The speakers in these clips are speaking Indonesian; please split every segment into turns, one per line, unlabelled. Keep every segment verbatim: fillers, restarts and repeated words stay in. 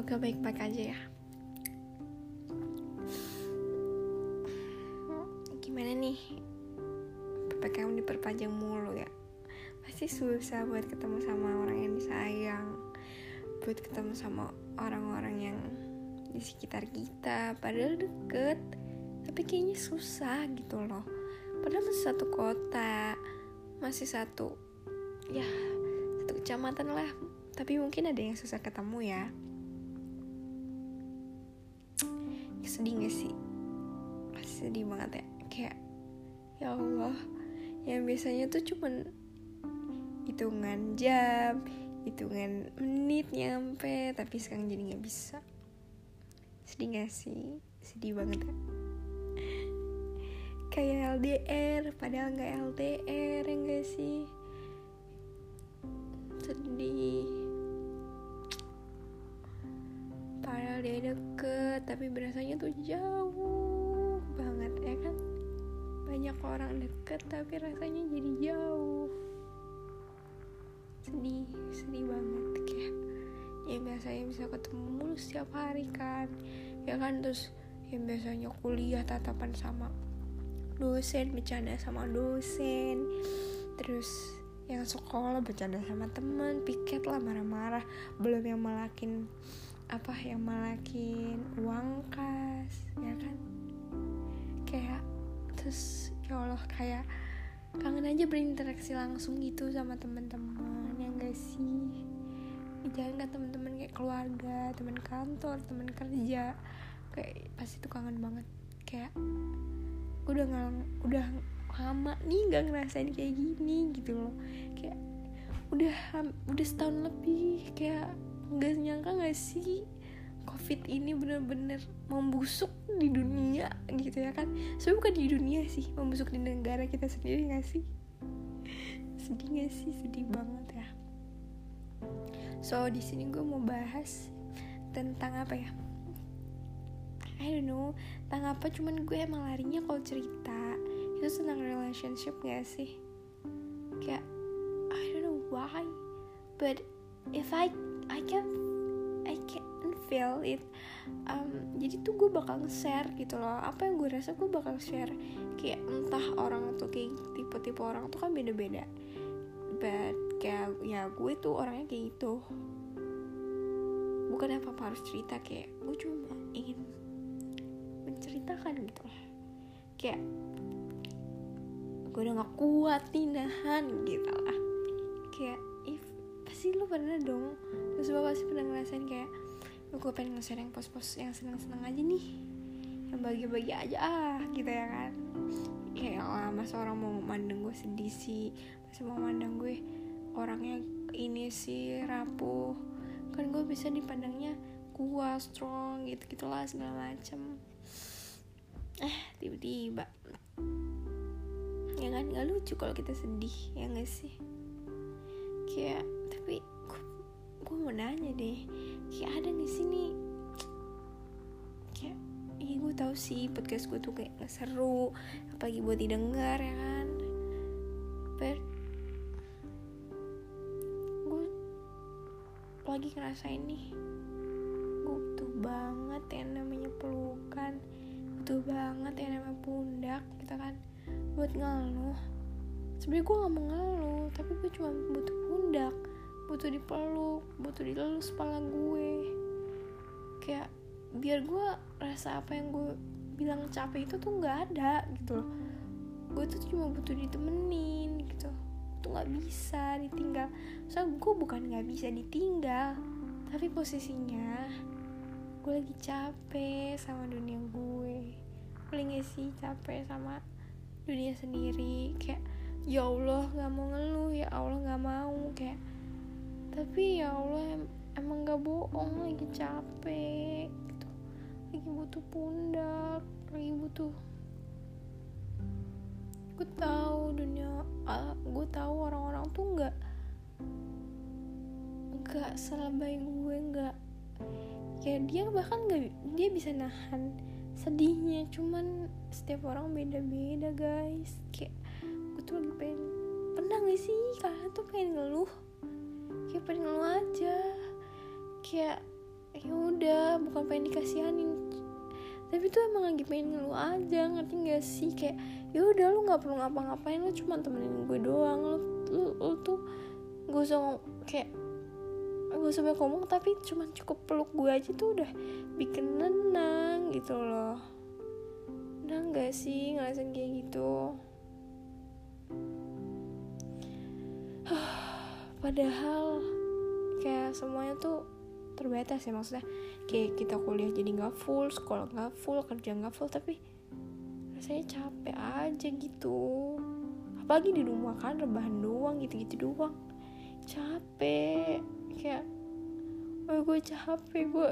Semoga baik-baik aja ya. Gimana nih, P P K M diperpanjang mulu ya. Pasti susah buat ketemu sama orang yang disayang, buat ketemu sama orang-orang yang di sekitar kita. Padahal deket, tapi kayaknya susah gitu loh. Padahal masih satu kota, masih satu, ya satu kecamatan lah. Tapi mungkin ada yang susah ketemu ya. Sedih gak sih? Pasti sedih banget ya. Kayak, ya Allah, yang biasanya tuh cuman hitungan jam, hitungan menit nyampe, tapi sekarang jadi gak bisa. Sedih gak sih? Sedih banget ya. Kayak L D R, padahal gak L D R, ya gak sih? Sedih. Padahal dia deket, tapi berasanya tuh jauh banget, ya kan? Banyak orang deket, tapi rasanya jadi jauh. Sedih, sedih banget. Kayak, yang biasanya bisa ketemu mulu setiap hari kan, ya kan? Terus yang biasanya kuliah tatapan sama dosen, bercanda sama dosen. Terus yang sekolah bercanda sama teman, piket lah, marah-marah. Belum yang malakin apa yang malakin uang kas, ya kan? Kayak, terus ya Allah, kayak kangen aja berinteraksi langsung gitu sama teman-teman, ya gak sih? Jangan kan teman-teman kayak keluarga, teman kantor, teman kerja, kayak pasti tuh kangen banget. Kayak gue udah ngal, udah lama nih gak ngerasain kayak gini gitu loh. Kayak udah udah setahun lebih, kayak gak nyangka gak sih Covid ini bener-bener membusuk di dunia gitu ya kan. Sebenarnya bukan di dunia sih, membusuk di negara kita sendiri gak sih? Sedih gak sih? Sedih banget ya. So di sini gue mau bahas tentang apa ya, I don't know tentang apa, cuman gue emang larinya kalau cerita itu tentang relationship gak sih? Kayak I don't know why, but if I I can I can feel it. Um, jadi tuh gue bakal share gitu loh. Apa yang gue rasa gue bakal share. Kayak entah orang tuh kayak tipe-tipe orang tuh kan beda-beda. But kayak ya gue tuh orangnya kayak gitu. Bukan apa-apa harus cerita, kayak gue cuma ingin menceritakan gitu lah. Kayak gue udah gak kuat nih nahan gitu lah. Kayak if pasti lo pernah dong, terus lo pasti pernah ngerasain kayak gue pengen nge-share yang post-post yang senang-senang aja nih, yang bagi-bagi aja ah gitu ya kan. Kayak lah, masa orang mau mandang gue sedih sih, masa mau mandang gue orangnya ini sih rapuh. Kan gue bisa dipandangnya kuat, strong gitu-gitulah segala macem. Eh tiba-tiba ya kan, gak lucu kalau kita sedih, ya gak sih? Kayak tapi gue, gue mau nanya deh, kayak ada gak sih nih, kayak iya gue tahu sih podcast gue tuh kayak gak seru apalagi buat didengar ya kan, but gue lagi ngerasain nih gue butuh banget yang namanya pelukan, butuh banget yang namanya pundak gitu kan, buat ngeluh. Sebenernya gue gak mau ngeluh, tapi gue cuma butuh pundak, butuh dipeluk, butuh dilelus kepala gue. Kayak biar gue rasa apa yang gue bilang capek itu tuh gak ada gitu loh. Gue tuh cuma butuh ditemenin gitu, tuh gak bisa ditinggal. Soalnya gue bukan gak bisa ditinggal, tapi posisinya gue lagi capek sama dunia gue. Boleh gak sih capek sama dunia sendiri? Kayak ya Allah gak mau ngeluh, ya Allah gak mau kayak, tapi ya Allah em- emang gak bohong, lagi capek gitu, lagi butuh pundak, lagi butuh. Gue tahu dunia, uh, gue tahu orang-orang tuh nggak nggak selebay gue, nggak kayak dia, bahkan nggak, dia bisa nahan sedihnya. Cuman setiap orang beda-beda guys. Kayak gue tuh lagi pengen, pernah gak sih kalian tuh pengen ngeluh, kayak pengen ngeluh aja, kayak ya udah, bukan pengen dikasihanin, tapi tuh emang lagi pengen ngeluh aja, ngerti gak sih? Kayak ya udah, lu nggak perlu ngapa-ngapain, lu cuma temenin gue doang, lu lu, lu tuh gak usah ngom- kayak gak usah banyak ngomong, tapi cuma cukup peluk gue aja tuh udah bikin tenang gitu loh. Udah gak sih ngerasain kayak gitu? Padahal kayak semuanya tuh terbatas ya, maksudnya kayak kita kuliah jadi gak full, sekolah gak full, kerja gak full, tapi rasanya capek aja gitu. Apalagi di rumah kan rebahan doang, gitu-gitu doang, capek. Kayak oh gue capek, gue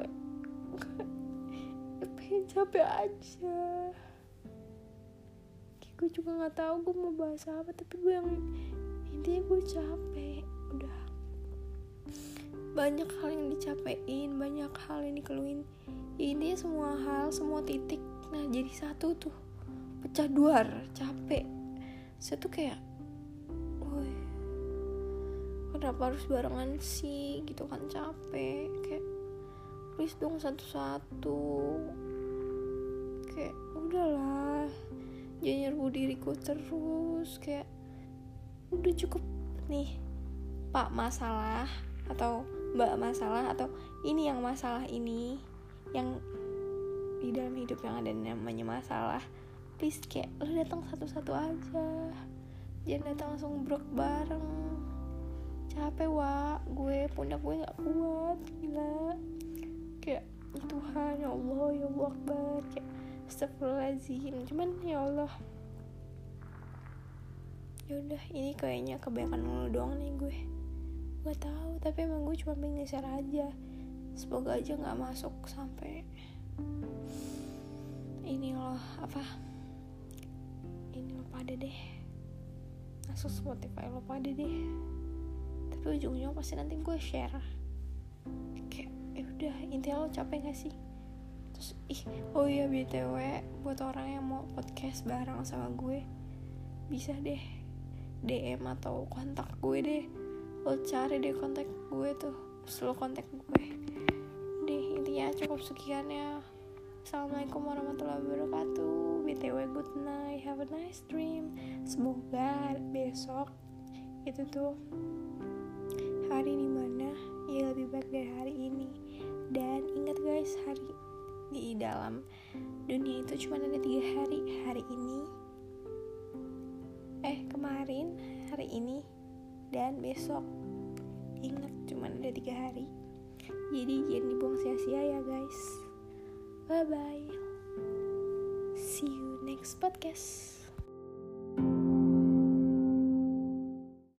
gue pengen capek aja. Kayak gue juga gak tahu gue mau bahas apa, tapi gue yang intinya gue capek. Udah banyak hal yang dicapein, banyak hal yang dikeluhin, ini semua hal, semua titik nah jadi satu tuh pecah duar, capek. Saya tuh kayak woi, kenapa harus barengan sih gitu kan, capek. Kayak please dong satu-satu, kayak udahlah, jangan nyerbu diriku terus. Kayak udah cukup nih pak masalah atau mbak masalah atau ini yang masalah ini yang di dalam hidup yang ada namanya masalah. Please kayak lo datang satu-satu aja, jangan datang langsung brok bareng. Capek wa, gue pundak gue nggak kuat, gila. Kayak Tuhan, ya Allah, ya Allah Akbar, kayak astagfirullahaladzim. Cuman ya Allah, ya udah, ini kayaknya kebanyakan mulu doang nih gue. Gak tahu, tapi emang gue cuma pengen nge-share aja. Semoga aja nggak masuk sampai ini loh apa? Ini lo pada deh, masuk Spotify lo pada deh. Tapi ujung-ujungnya pasti nanti gue share. Kayak ya udah, intinya lo capek gak sih? Terus ih, oh iya B T W buat orang yang mau podcast bareng sama gue, bisa deh D M atau kontak gue deh. Lo cari deh kontak gue tuh, terus lo kontak gue deh. Intinya cukup sekian ya. Assalamualaikum warahmatullahi wabarakatuh. B T W good night, have a nice dream. Semoga besok itu tuh hari dimana ya lebih baik dari hari ini. Dan ingat guys, hari di dalam dunia itu cuma ada tiga hari. Hari ini, eh kemarin, hari ini, dan besok. Ingat cuma ada tiga hari, jadi jangan dibuang sia-sia ya guys. Bye bye, see you next podcast.